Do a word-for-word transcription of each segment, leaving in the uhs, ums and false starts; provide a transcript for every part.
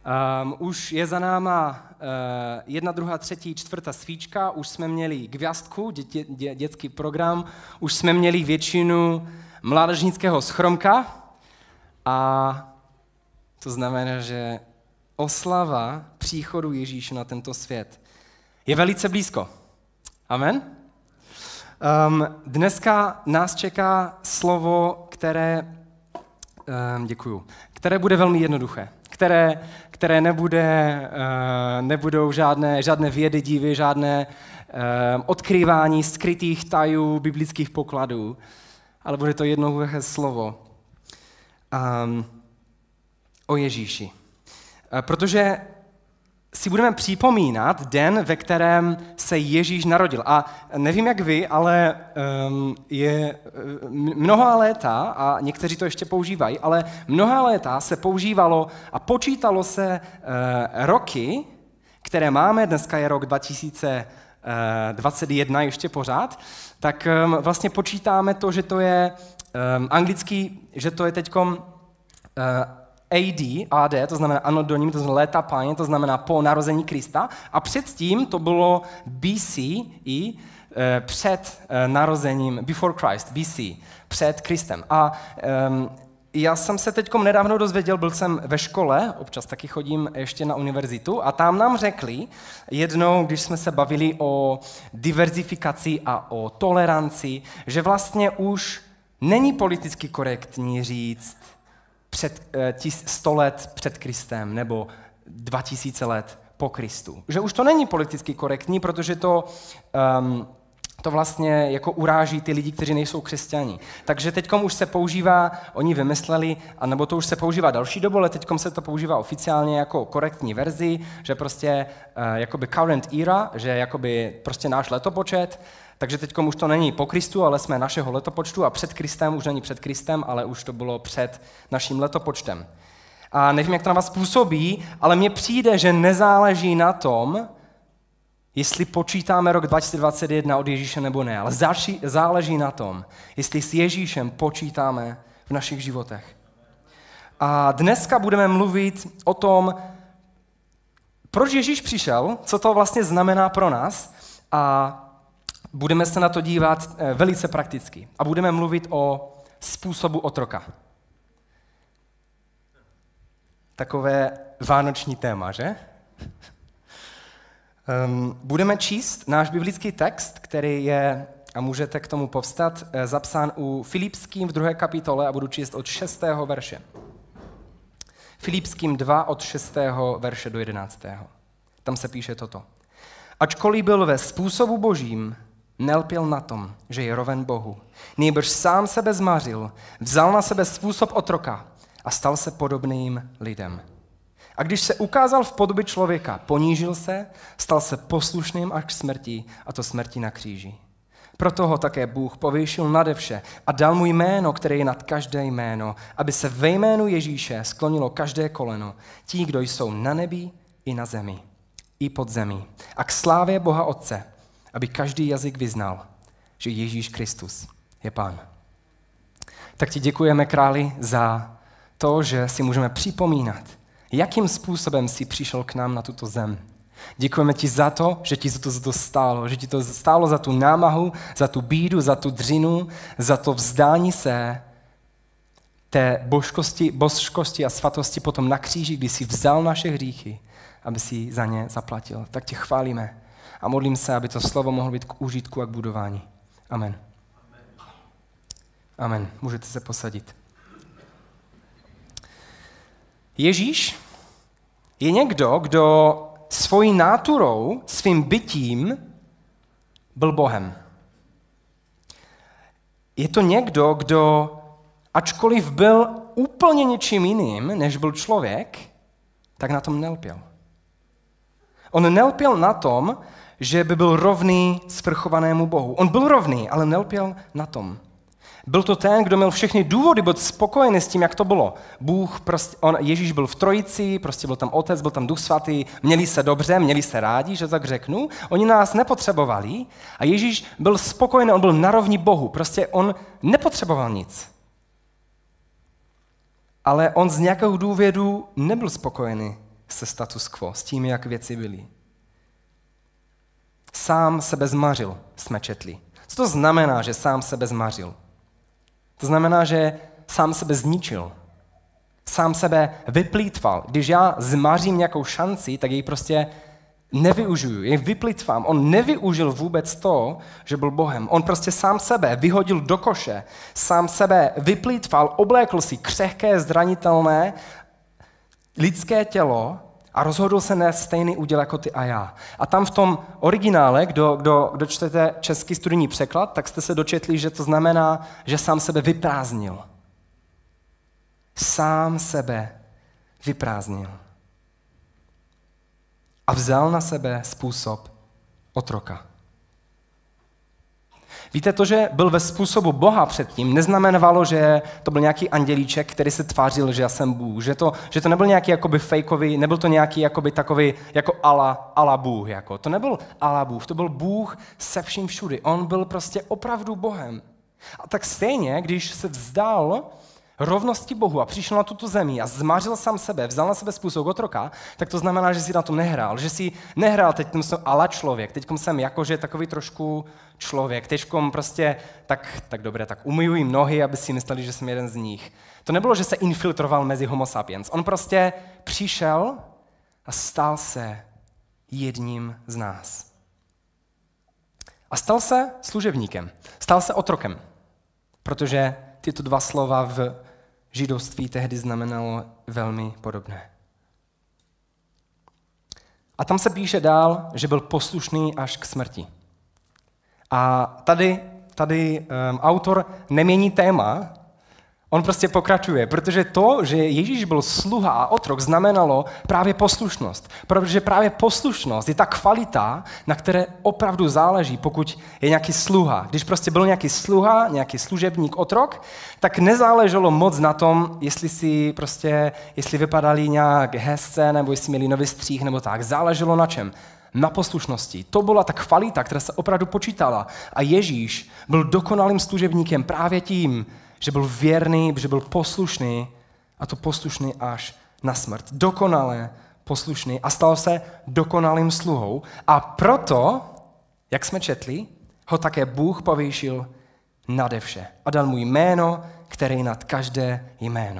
Um, už je za náma uh, jedna, druhá, třetí, čtvrtá svíčka, už jsme měli gvězdku, dě, dě, dětský program, už jsme měli většinu mládežnického schromka a to znamená, že oslava příchodu Ježíše na tento svět je velice blízko. Amen? Um, dneska nás čeká slovo, které, um, děkuju, které bude velmi jednoduché. Které, které nebude, uh, nebudou žádné, žádné vědy divy, žádné uh, odkrývání skrytých tajů biblických pokladů, ale bude to jednoduché slovo um, o Ježíši. Uh, protože si budeme připomínat den, ve kterém se Ježíš narodil. A nevím, jak vy, ale um, je mnoha léta, a někteří to ještě používají, ale mnoha léta se používalo a počítalo se uh, roky, které máme, dneska je rok dva tisíce dvacet jedna ještě pořád, tak um, vlastně počítáme to, že to je um, anglický, že to je teďkom uh, A D, A D, to znamená Anno Domini, to znamená léta Páně, to znamená po narození Krista. A předtím to bylo B C E, před narozením, before Christ, B C, před Kristem. A um, já jsem se teďkom nedávno dozvěděl, byl jsem ve škole, občas taky chodím ještě na univerzitu, a tam nám řekli jednou, když jsme se bavili o diverzifikaci a o toleranci, že vlastně už není politicky korektní říct, před sto let před Kristem nebo dva tisíce let po Kristu. Že už to není politicky korektní, protože to, um, to vlastně jako uráží ty lidi, kteří nejsou křesťani. Takže teďkom už se používá, oni vymysleli, anebo to už se používá další dobu, ale teďkom se to používá oficiálně jako korektní verzi, že prostě uh, jakoby current era, že jakoby prostě náš letopočet. Takže teď už to není po Kristu, ale jsme našeho letopočtu a před Kristem už není před Kristem, ale už to bylo před naším letopočtem. A nevím, jak to na vás působí, ale mně přijde, že nezáleží na tom, jestli počítáme rok dva tisíce dvacet jedna od Ježíše nebo ne, ale záleží na tom, jestli s Ježíšem počítáme v našich životech. A dneska budeme mluvit o tom, proč Ježíš přišel, co to vlastně znamená pro nás, a budeme se na to dívat velice prakticky a budeme mluvit o způsobu otroka. Takové vánoční téma, že? Um, budeme číst náš biblický text, který je, a můžete k tomu povstat, zapsán u Filipským v druhé kapitole a budu číst od šestého verše. Filipským dva od šestého verše do jedenáctého. Tam se píše toto. Ačkoliv byl ve způsobu božím, nelpěl na tom, že je roven Bohu. Nýbrž sám sebe zmařil, vzal na sebe způsob otroka a stal se podobným lidem. A když se ukázal v podobě člověka, ponížil se, stal se poslušným až k smrti, a to smrti na kříži. Proto ho také Bůh povýšil nade vše a dal mu jméno, které je nad každé jméno, aby se ve jménu Ježíše sklonilo každé koleno, tí, kdo jsou na nebi i na zemi, i pod zemí. A k slávě Boha Otce, aby každý jazyk vyznal, že Ježíš Kristus je Pán. Tak ti děkujeme, králi, za to, že si můžeme připomínat, jakým způsobem jsi přišel k nám na tuto zem. Děkujeme ti za to, že ti to, za to stálo, že ti to stálo za tu námahu, za tu bídu, za tu dřinu, za to vzdání se té božkosti, božskosti a svatosti potom na kříži, kdy jsi vzal naše hříchy, aby si za ně zaplatil. Tak tě chválíme. A modlím se, aby to slovo mohlo být k užitku a k budování. Amen. Amen. Můžete se posadit. Ježíš je někdo, kdo svojí náturou, svým bytím byl Bohem. Je to někdo, kdo, ačkoliv byl úplně něčím jiným, než byl člověk, tak na tom nelpěl. On nelpěl na tom, že by byl rovný svrchovanému Bohu. On byl rovný, ale nelpěl na tom. Byl to ten, kdo měl všechny důvody být spokojený s tím, jak to bylo. Bůh, prostě, on, Ježíš byl v trojici, prostě byl tam Otec, byl tam Duch Svatý, měli se dobře, měli se rádi, že tak řeknu. Oni nás nepotřebovali a Ježíš byl spokojený, on byl na rovni Bohu. Prostě on nepotřeboval nic. Ale on z nějakého důvodu nebyl spokojený se status quo, s tím, jak věci byly. Sám sebe zmařil, jsme četli. Co to znamená, že sám sebe zmařil? To znamená, že sám sebe zničil. Sám sebe vyplýtval. Když já zmařím nějakou šanci, tak ji prostě nevyužiju, jej vyplýtvám. On nevyužil vůbec to, že byl Bohem. On prostě sám sebe vyhodil do koše. Sám sebe vyplýtval, oblékl si křehké, zranitelné lidské tělo a rozhodl se nést stejný úděl jako ty a já. A tam v tom originále, kdo, kdo, kdo čtete český studijní překlad, tak jste se dočetli, že to znamená, že sám sebe vyprázdnil. Sám sebe vyprázdnil. A vzal na sebe způsob otroka. Víte, to, že byl ve způsobu Boha předtím, neznamenalo, že to byl nějaký andělíček, který se tvářil, že já jsem Bůh. Že to, že to nebyl nějaký jakoby fejkový, nebyl to nějaký jakoby takový jako ala, ala Bůh. Jako. To nebyl ala Bůh, to byl Bůh se vším všudy. On byl prostě opravdu Bohem. A tak stejně, když se vzdal rovnosti Bohu a přišel na tuto zemi a zmařil sám sebe, vzal na sebe způsob otroka, tak to znamená, že si na tom nehrál. Že si nehrál, teď jsem ala člověk, teď jsem jakože takový trošku člověk, teď prostě tak, tak dobré, tak umyju jim nohy, aby si mysleli, že jsem jeden z nich. To nebylo, že se infiltroval mezi homo sapiens. On prostě přišel a stal se jedním z nás. A stal se služebníkem, stal se otrokem, protože tyto dva slova v židovství tehdy znamenalo velmi podobné. A tam se píše dál, že byl poslušný až k smrti. A tady, tady um, autor nemění téma, on prostě pokračuje, protože to, že Ježíš byl sluha a otrok, znamenalo právě poslušnost. Protože právě poslušnost je ta kvalita, na které opravdu záleží, pokud je nějaký sluha. Když prostě byl nějaký sluha, nějaký služebník, otrok, tak nezáleželo moc na tom, jestli si prostě, jestli vypadali nějak hezce, nebo jestli měli nový střih, nebo tak. Záleželo na čem? Na poslušnosti. To byla ta kvalita, která se opravdu počítala. A Ježíš byl dokonalým služebníkem právě tím, že byl věrný, že byl poslušný, a to poslušný až na smrt. Dokonale poslušný a stal se dokonalým sluhou. A proto, jak jsme četli, ho také Bůh povýšil nade vše a dal mu jméno, které je nad každé jméno.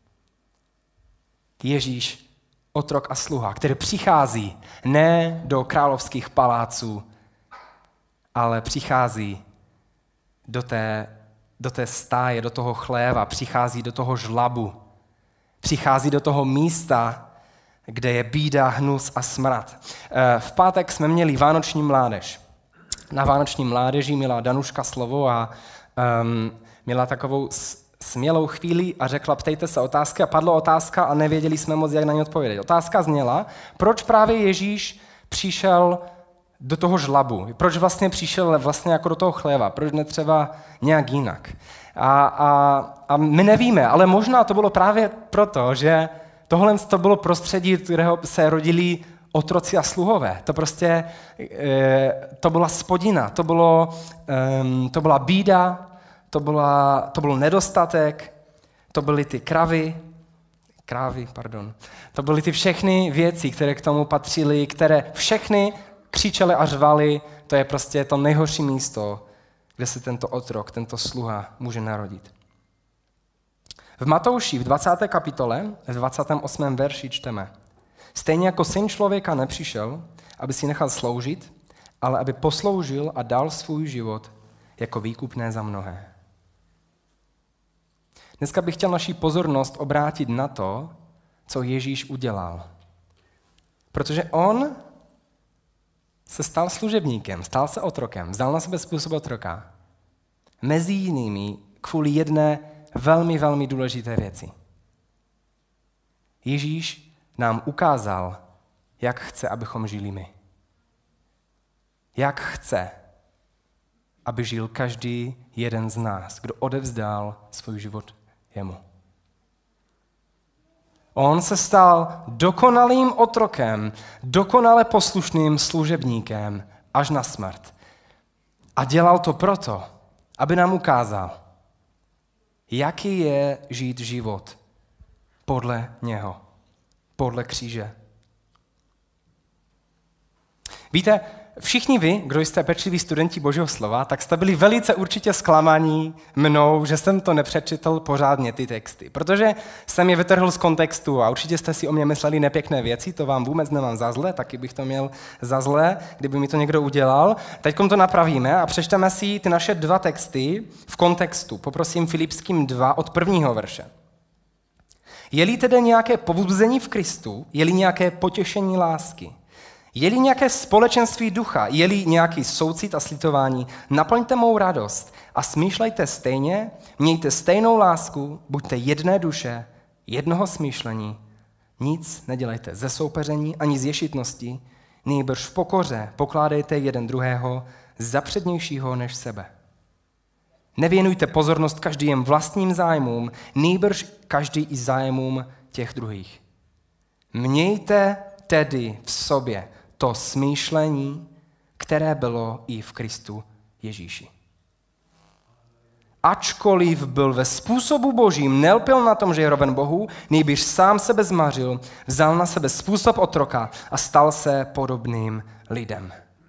Ježíš, otrok a sluha, který přichází ne do královských paláců, ale přichází do té do té stáje, do toho chléva, přichází do toho žlabu, přichází do toho místa, kde je bída, hnus a smrad. V pátek jsme měli vánoční mládež. Na vánoční mládeži měla Danuška slovo a um, měla takovou smělou chvíli a řekla, ptejte se otázky, a padla otázka a nevěděli jsme moc, jak na ní odpovědět. Otázka zněla, proč právě Ježíš přišel do toho žlabu. Proč vlastně přišel vlastně jako do toho chléva? Proč ne třeba nějak jinak? A, a, a my nevíme, ale možná to bylo právě proto, že tohle to bylo prostředí, kterého se rodili otroci a sluhové. To prostě, e, to byla spodina, to, bylo, e, to byla bída, to, byla, to byl nedostatek, to byly ty kravy, krávy, pardon, to byly ty všechny věci, které k tomu patřily, které všechny křičeli a řvali, to je prostě to nejhorší místo, kde se tento otrok, tento sluha může narodit. V Matouši v dvacáté kapitole, v dvacátém osmém verši čteme: Stejně jako syn člověka nepřišel, aby si nechal sloužit, ale aby posloužil a dal svůj život jako výkupné za mnohé. Dneska bych chtěl naši pozornost obrátit na to, co Ježíš udělal. Protože on se stal služebníkem, stal se otrokem, vzal na sebe způsob otroka. Mezi jinými kvůli jedné velmi, velmi důležité věci. Ježíš nám ukázal, jak chce, abychom žili my. Jak chce, aby žil každý jeden z nás, kdo odevzdal svůj život jemu. On se stal dokonalým otrokem, dokonale poslušným služebníkem až na smrt. A dělal to proto, aby nám ukázal, jaký je žít život podle něho, podle kříže Víte, všichni vy, kdo jste pečliví studenti Božího slova, tak jste byli velice určitě zklamaní mnou, že jsem to nepřečetl pořádně, ty texty. Protože jsem je vytrhl z kontextu a určitě jste si o mě mysleli nepěkné věci, to vám vůbec nemám za zlé, taky bych to měl za zlé, kdyby mi to někdo udělal. Teď to napravíme a přečteme si ty naše dva texty v kontextu. Poprosím Filipským dva od prvního verše. Je-li tedy nějaké povzbuzení v Kristu, je-li nějaké potěšení lásky, je-li nějaké společenství ducha, je-li nějaký soucit a slitování, naplňte mou radost a smýšlejte stejně, mějte stejnou lásku, buďte jedné duše, jednoho smýšlení, nic nedělejte ze soupeření ani z ješitnosti, nýbrž v pokoře pokládejte jeden druhého za přednějšího než sebe. Nevěnujte pozornost každý jen vlastním zájmům, nýbrž každý i zájmům těch druhých. Mějte tedy v sobě to smýšlení, které bylo i v Kristu Ježíši. Ačkoliv byl ve způsobu božím, nelpěl na tom, že je roven Bohu, nýbrž sám sebe zmařil, vzal na sebe způsob otroka a stal se podobným lidem.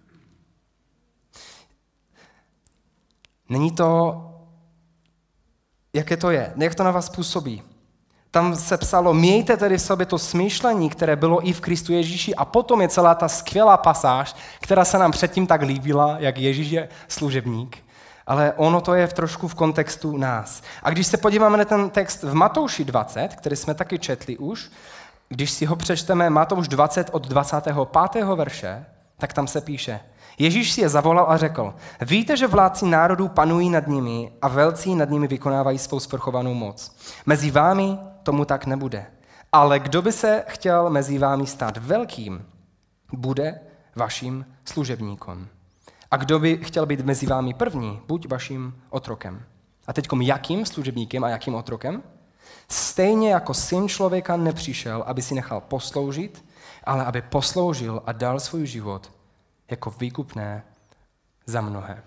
Není to, jaké to je, jak to na vás působí. Tam se psalo, mějte tedy v sobě to smýšlení, které bylo i v Kristu Ježíši a potom je celá ta skvělá pasáž, která se nám předtím tak líbila, jak Ježíš je služebník, ale ono to je v trošku v kontextu nás. A když se podíváme na ten text v Matouši dvacet, který jsme taky četli už, když si ho přečteme Matouš dvacet od dvacátého pátého verše, tak tam se píše, Ježíš si je zavolal a řekl, víte, že vládci národů panují nad nimi a velcí nad nimi vykonávají svou svrchovanou moc. Mezi vámi tomu tak nebude. Ale kdo by se chtěl mezi vámi stát velkým, bude vaším služebníkem. A kdo by chtěl být mezi vámi první, buď vaším otrokem. A teďkom jakým služebníkem a jakým otrokem? Stejně jako syn člověka nepřišel, aby si nechal posloužit, ale aby posloužil a dal svůj život jako výkupné za mnohé.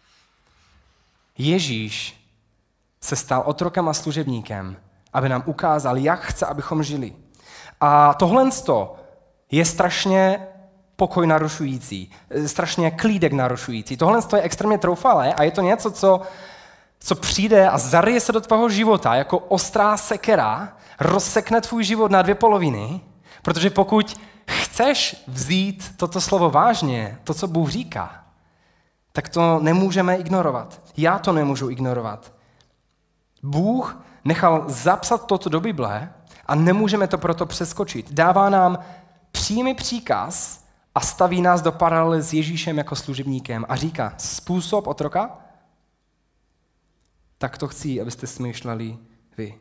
Ježíš se stal otrokem a služebníkem, aby nám ukázal, jak chce, abychom žili. A tohle je strašně pokoj narušující, strašně klídek narušující. Tohle je extrémně troufalé a je to něco, co, co přijde a zaryje se do tvého života jako ostrá sekera, rozsekne tvůj život na dvě poloviny, protože pokud chceš vzít toto slovo vážně, to, co Bůh říká, tak to nemůžeme ignorovat. Já to nemůžu ignorovat. Bůh nechal zapsat toto do Bible a nemůžeme to proto přeskočit. Dává nám přímý příkaz a staví nás do paralely s Ježíšem jako služebníkem a říká, způsob otroka? Tak to chci, abyste smýšleli vy.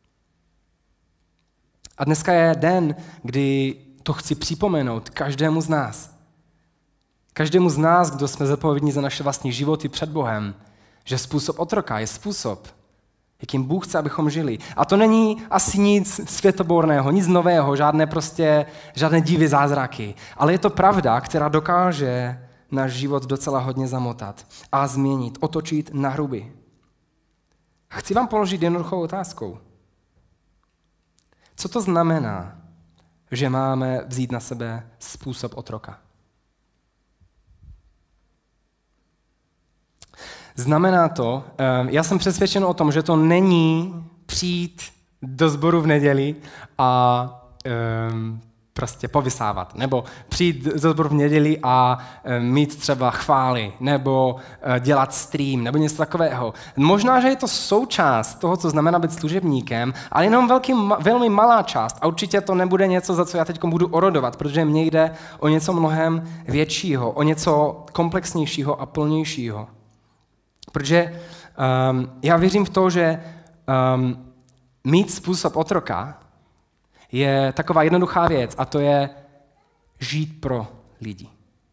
A dneska je den, kdy to chci připomenout každému z nás. Každému z nás, kdo jsme zodpovědní za naše vlastní životy před Bohem, že způsob otroka je způsob, jakým Bůh chce, abychom žili. A to není asi nic světoborného, nic nového, žádné prostě, žádné divy zázraky. Ale je to pravda, která dokáže náš život docela hodně zamotat a změnit, otočit na hruby. Chci vám položit jednoduchou otázku. Co to znamená, že máme vzít na sebe způsob otroka? Znamená to, já jsem přesvědčen o tom, že to není přijít do sboru v neděli a um, prostě povysávat, nebo přijít do sboru v neděli a um, mít třeba chvály, nebo uh, dělat stream, nebo něco takového. Možná, že je to součást toho, co znamená být služebníkem, ale jenom velký, velmi malá část. A určitě to nebude něco, za co já teď budu orodovat, protože mně jde o něco mnohem většího, o něco komplexnějšího a plnějšího. Protože um, já věřím v to, že um, mít způsob otroka je taková jednoduchá věc a to je žít pro lidi.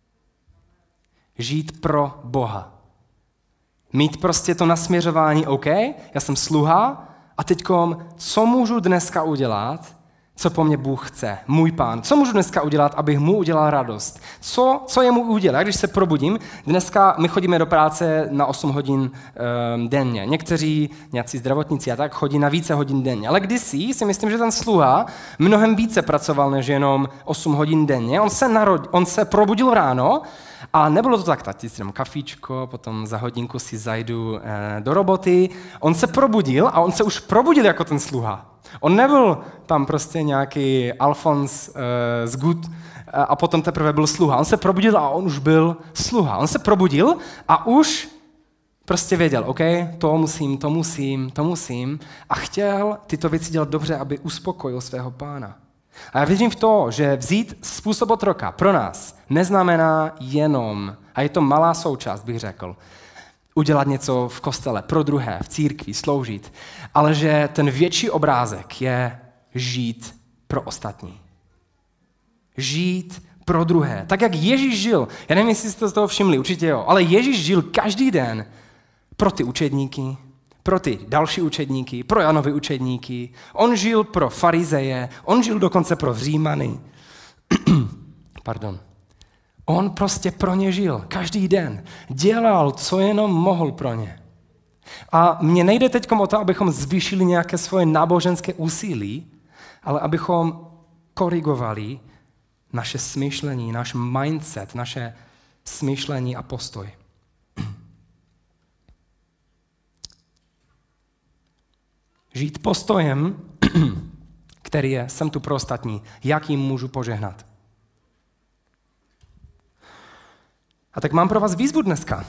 Žít pro Boha. Mít prostě to nasměřování, OK, já jsem sluha a teďkom, co můžu dneska udělat, co po mně Bůh chce, můj Pán. Co můžu dneska udělat, abych mu udělal radost? Co, co je mu udělat? Když se probudím, dneska my chodíme do práce na osm hodin um, denně. Někteří, nějací zdravotníci a tak, chodí na více hodin denně. Ale kdysi si myslím, že ten sluha mnohem více pracoval, než jenom osm hodin denně. On se, narod, on se probudil ráno a nebylo to tak, tati si dám kafíčko, potom za hodinku si zajdu eh, do roboty. On se probudil a on se už probudil jako ten sluha. On nebyl tam prostě nějaký Alfons uh, z Gut uh, a potom teprve byl sluha. On se probudil a on už byl sluha. On se probudil a už prostě věděl, OK, to musím, to musím, to musím a chtěl tyto věci dělat dobře, aby uspokojil svého Pána. A já věřím v to, že vzít způsob otroka pro nás neznamená jenom, a je to malá součást, bych řekl, udělat něco v kostele, pro druhé, v církvi, sloužit, ale že ten větší obrázek je žít pro ostatní. Žít pro druhé. Tak, jak Ježíš žil. Já nevím, jestli jste z toho všimli, určitě jo, ale Ježíš žil každý den pro ty učedníky, pro ty další učedníky, pro Janovy učedníky. On žil pro farizeje, on žil dokonce pro Římany. Pardon. On prostě pro ně žil, každý den. Dělal, co jenom mohl pro ně. A mně nejde teď o to, abychom zvýšili nějaké svoje náboženské úsilí, ale abychom korigovali naše smýšlení, náš mindset, naše smýšlení a postoj. Žít postojem, který je, jsem tu pro ostatní, jak jim můžu požehnat. A tak mám pro vás výzvu dneska.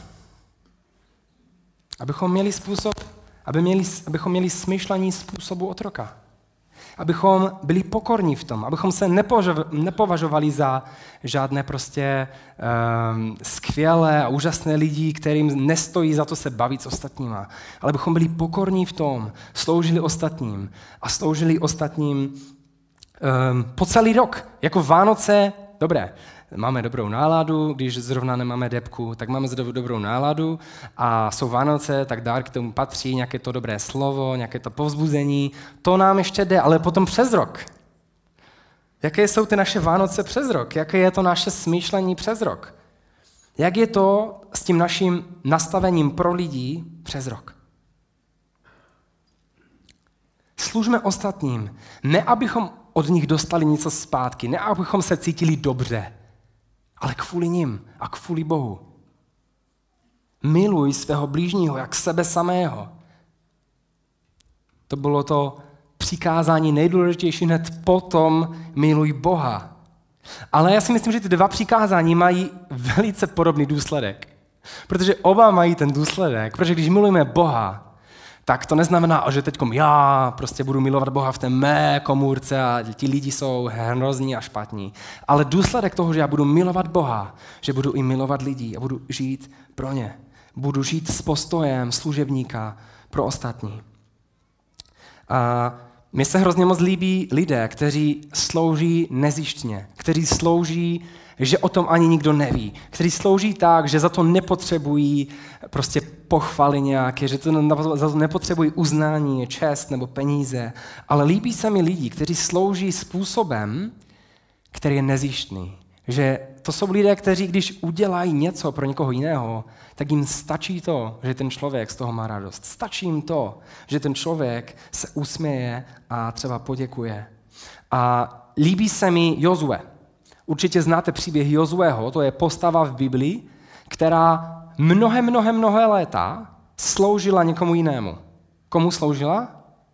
Abychom měli způsob, aby měli, abychom měli smýšlení způsobu otroka. Abychom byli pokorní v tom, abychom se nepovažovali za žádné prostě um, skvělé a úžasné lidi, kterým nestojí za to se bavit s ostatníma. Ale abychom byli pokorní v tom, sloužili ostatním a sloužili ostatním um, po celý rok. Jako Vánoce, dobré, máme dobrou náladu, když zrovna nemáme debku, tak máme dobrou náladu a jsou Vánoce, tak dár k tomu patří, nějaké to dobré slovo, nějaké to povzbuzení, to nám ještě jde, ale potom přes rok. Jaké jsou ty naše Vánoce přes rok? Jaké je to naše smýšlení přes rok? Jak je to s tím naším nastavením pro lidi přes rok? Služme ostatním, ne abychom od nich dostali něco zpátky, ne abychom se cítili dobře, ale kvůli nim a kvůli Bohu. Miluj svého blížního jak sebe samého. To bylo to přikázání nejdůležitější hned potom miluj Boha. Ale já si myslím, že ty dva přikázání mají velice podobný důsledek. Protože oba mají ten důsledek, protože když milujeme Boha, tak to neznamená, že teď já prostě budu milovat Boha v té mé komůrce a ti lidi jsou hrozní a špatní. Ale důsledek toho, že já budu milovat Boha, že budu i milovat lidi a budu žít pro ně. Budu žít s postojem služebníka pro ostatní. A mně se hrozně moc líbí lidé, kteří slouží nezištně, kteří slouží, že o tom ani nikdo neví, kteří slouží tak, že za to nepotřebují prostě pochvaly nějaké, že to, za to nepotřebují uznání, čest nebo peníze, ale líbí se mi lidi, kteří slouží způsobem, který je nezištný. Že to jsou lidé, kteří když udělají něco pro někoho jiného, tak jim stačí to, že ten člověk z toho má radost. Stačí jim to, že ten člověk se usměje a třeba poděkuje. A líbí se mi Jozue. Určitě znáte příběh Jozueho, to je postava v Biblii, která mnohé, mnohé, mnohé léta sloužila někomu jinému. Komu sloužila?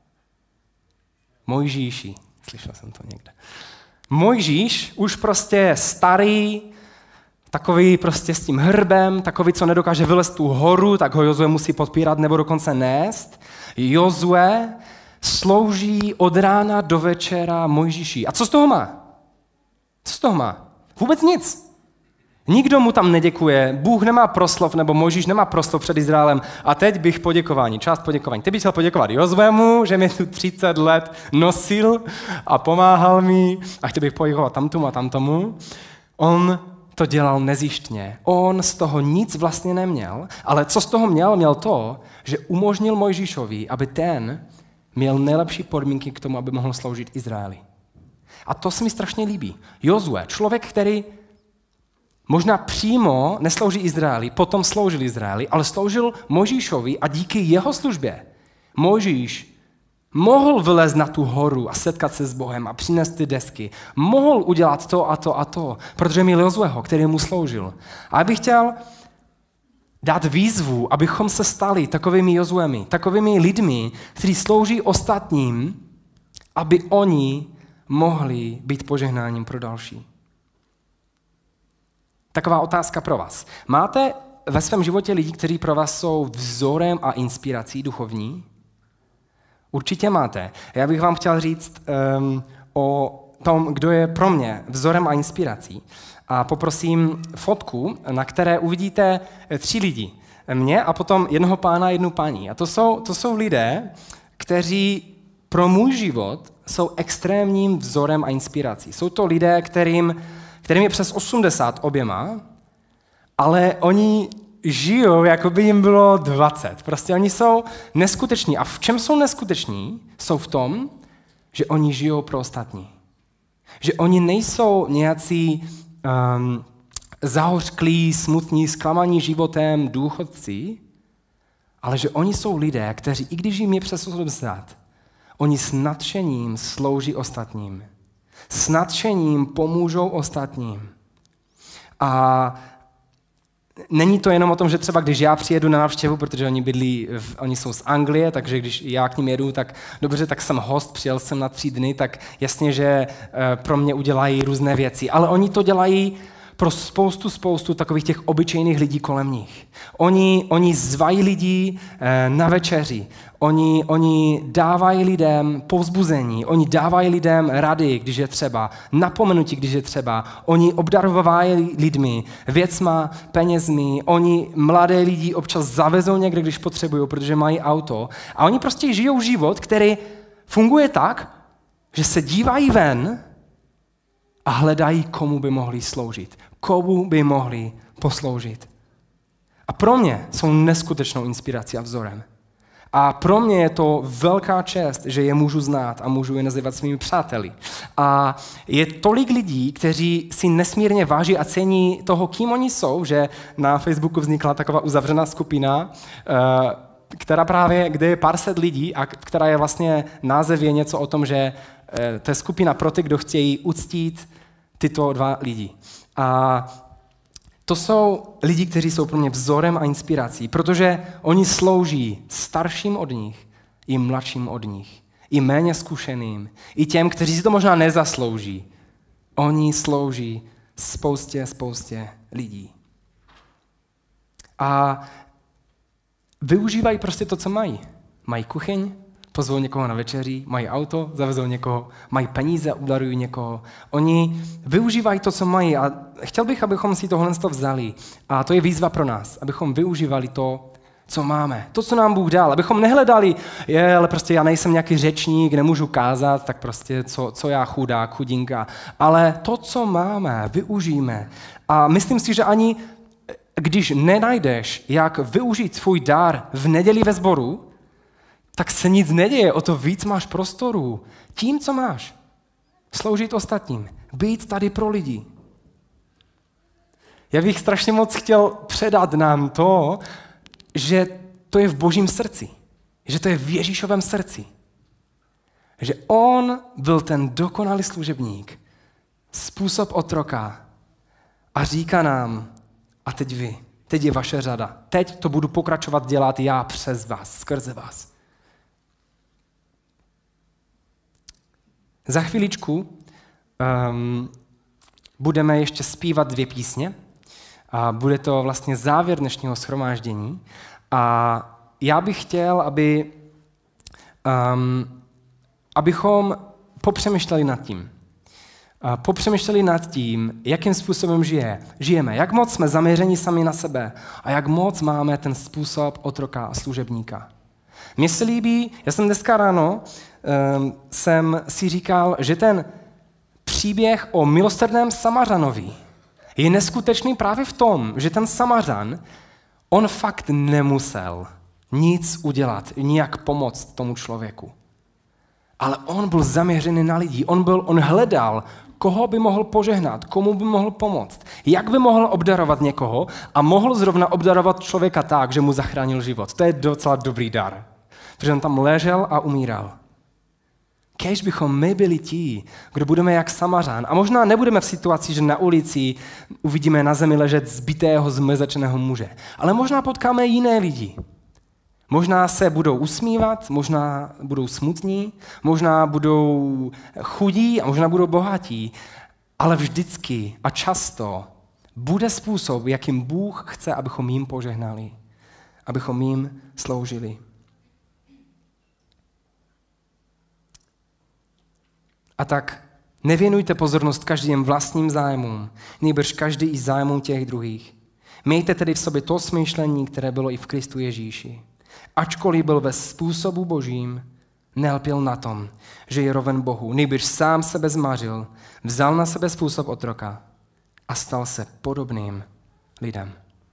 Mojžíši. Slyšel jsem to někde. Mojžíš už prostě starý, takový prostě s tím hrbem, takový, co nedokáže vylézt tu horu, tak ho Jozue musí podpírat nebo dokonce nést. Jozue slouží od rána do večera Mojžíši. A co z toho má? Co z toho má? Vůbec nic. Nikdo mu tam neděkuje, Bůh nemá proslov, nebo Mojžíš nemá proslov před Izraelem. A teď bych poděkování, část poděkování. Teď bych chtěl poděkovat Jozuemu, že mě tu třicet let nosil a pomáhal mi. A chtěl bych poděkovat tamtomu a tamtomu. On to dělal nezištně. On z toho nic vlastně neměl, ale co z toho měl? Měl to, že umožnil Mojžíšovi, aby ten měl nejlepší podmínky k tomu, aby mohl sloužit Izraeli. A to se mi strašně líbí. Jozue, člověk, který možná přímo neslouží Izraeli, potom sloužil Izraeli, ale sloužil Mojžíšovi a díky jeho službě Mojžíš mohl vylézt na tu horu a setkat se s Bohem a přinést ty desky. Mohl udělat to a to a to, protože měl Jozueho, který mu sloužil. A já bych chtěl dát výzvu, abychom se stali takovými Jozuemi, takovými lidmi, kteří slouží ostatním, aby oni mohli být požehnáním pro další. Taková otázka pro vás. Máte ve svém životě lidi, kteří pro vás jsou vzorem a inspirací duchovní? Určitě máte. Já bych vám chtěl říct um, o tom, kdo je pro mě vzorem a inspirací. A poprosím fotku, na které uvidíte tři lidi. Mě a potom jednoho pána a jednu paní. A to jsou, to jsou lidé, kteří pro můj život jsou extrémním vzorem a inspirací. Jsou to lidé, kterým, kterým je přes osmdesát oběma, ale oni žijou, jako by jim bylo dvacet. Prostě oni jsou neskuteční. A v čem jsou neskuteční? Jsou v tom, že oni žijou pro ostatní. Že oni nejsou nějací um, zahořklí, smutní, zklamaní životem důchodci, ale že oni jsou lidé, kteří, i když jim je přes osmdesát, oni s nadšením slouží ostatním. S nadšením pomůžou ostatním. A není to jenom o tom, že třeba když já přijedu na návštěvu, protože oni bydlí, v, oni jsou z Anglie, takže když já k nim jedu, tak dobře, tak jsem host, přijel jsem na tři dny, tak jasně, že e, pro mě udělají různé věci. Ale oni to dělají pro spoustu, spoustu takových těch obyčejných lidí kolem nich. Oni, oni zvají lidi e, na večeři, oni, oni dávají lidem povzbuzení, oni dávají lidem rady, když je třeba, napomenutí, když je třeba, oni obdarovávají lidmi, věcma, penězmi, oni mladé lidi občas zavezou někde, když potřebují, protože mají auto. A oni prostě žijou život, který funguje tak, že se dívají ven a hledají, komu by mohli sloužit, komu by mohli posloužit. A pro mě jsou neskutečnou inspirací a vzorem. A pro mě je to velká čest, že je můžu znát a můžu je nazývat svými přáteli. A je tolik lidí, kteří si nesmírně váží a cení toho, kým oni jsou, že na Facebooku vznikla taková uzavřená skupina, která právě, kde je pár set lidí a která je vlastně, název je něco o tom, že to je skupina pro ty, kdo chtějí uctít tyto dva lidi. A to jsou lidi, kteří jsou pro mě vzorem a inspirací, protože oni slouží starším od nich i mladším od nich, i méně zkušeným, i těm, kteří si to možná nezaslouží. Oni slouží spoustě, spoustě lidí. A využívají prostě to, co mají. Mají kuchyň, pozvou někoho na večeří, mají auto, zavezou někoho, mají peníze, obdarují někoho. Oni využívají to, co mají a chtěl bych, abychom si tohle vzali. A to je výzva pro nás, abychom využívali to, co máme. To, co nám Bůh dal. Abychom nehledali, je, ale prostě já nejsem nějaký řečník, nemůžu kázat, tak prostě co, co já chudák, chudinka. Ale to, co máme, využijeme. A myslím si, že ani když nenajdeš, jak využít svůj dar v neděli ve sboru, tak se nic neděje, o to víc máš prostoru. Tím, co máš, sloužit ostatním, být tady pro lidi. Já bych strašně moc chtěl předat nám to, že to je v Božím srdci, že to je v Ježíšovém srdci. Že on byl ten dokonalý služebník, způsob otroka a říká nám, a teď vy, teď je vaše řada, teď to budu pokračovat dělat já přes vás, skrze vás. Za chviličku um, budeme ještě zpívat dvě písně a bude to vlastně závěr dnešního shromáždění a já bych chtěl, aby, um, abychom popřemýšleli nad tím. A popřemýšleli nad tím, jakým způsobem žije, žijeme, jak moc jsme zaměřeni sami na sebe a jak moc máme ten způsob otroka a služebníka. Mně se líbí, já jsem dneska ráno um, jsem si říkal, že ten příběh o milosrdném Samařanovi je neskutečný právě v tom, že ten Samařan, on fakt nemusel nic udělat, nijak pomoct tomu člověku. Ale on byl zaměřený na lidi. On, byl, on hledal, koho by mohl požehnat, komu by mohl pomoct, jak by mohl obdarovat někoho a mohl zrovna obdarovat člověka tak, že mu zachránil život. To je docela dobrý dar, protože on tam ležel a umíral. Kéž bychom my byli ti, kdo budeme jak Samařán. A možná nebudeme v situaci, že na ulici uvidíme na zemi ležet zbitého, zmrzačeného muže. Ale možná potkáme jiné lidi. Možná se budou usmívat, možná budou smutní, možná budou chudí a možná budou bohatí. Ale vždycky a často bude způsob, jakým Bůh chce, abychom jim požehnali, abychom jim sloužili. A tak nevěnujte pozornost každým vlastním zájmům, nýbrž každý i zájmům těch druhých. Mějte tedy v sobě to smýšlení, které bylo i v Kristu Ježíši. Ačkoliv byl ve způsobu božím, nelpěl na tom, že je roven Bohu, nýbrž sám sebe zmařil, vzal na sebe způsob otroka a stal se podobným lidem.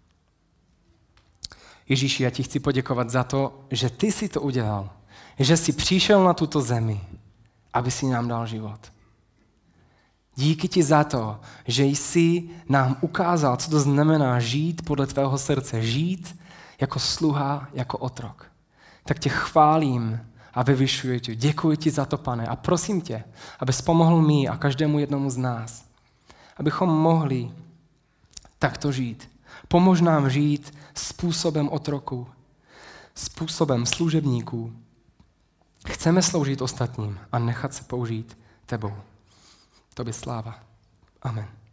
Ježíši, já ti chci poděkovat za to, že ty jsi to udělal, že jsi přišel na tuto zemi, aby si nám dal život. Díky ti za to, že jsi nám ukázal, co to znamená žít podle tvého srdce, žít jako sluha, jako otrok. Tak tě chválím a vyvyšuji tě. Děkuji ti za to, Pane, a prosím tě, abys pomohl mi a každému jednomu z nás, abychom mohli takto žít. Pomož nám žít způsobem otroku, způsobem služebníků. Chceme sloužit ostatním a nechat se použít tebou. Tobě sláva. Amen.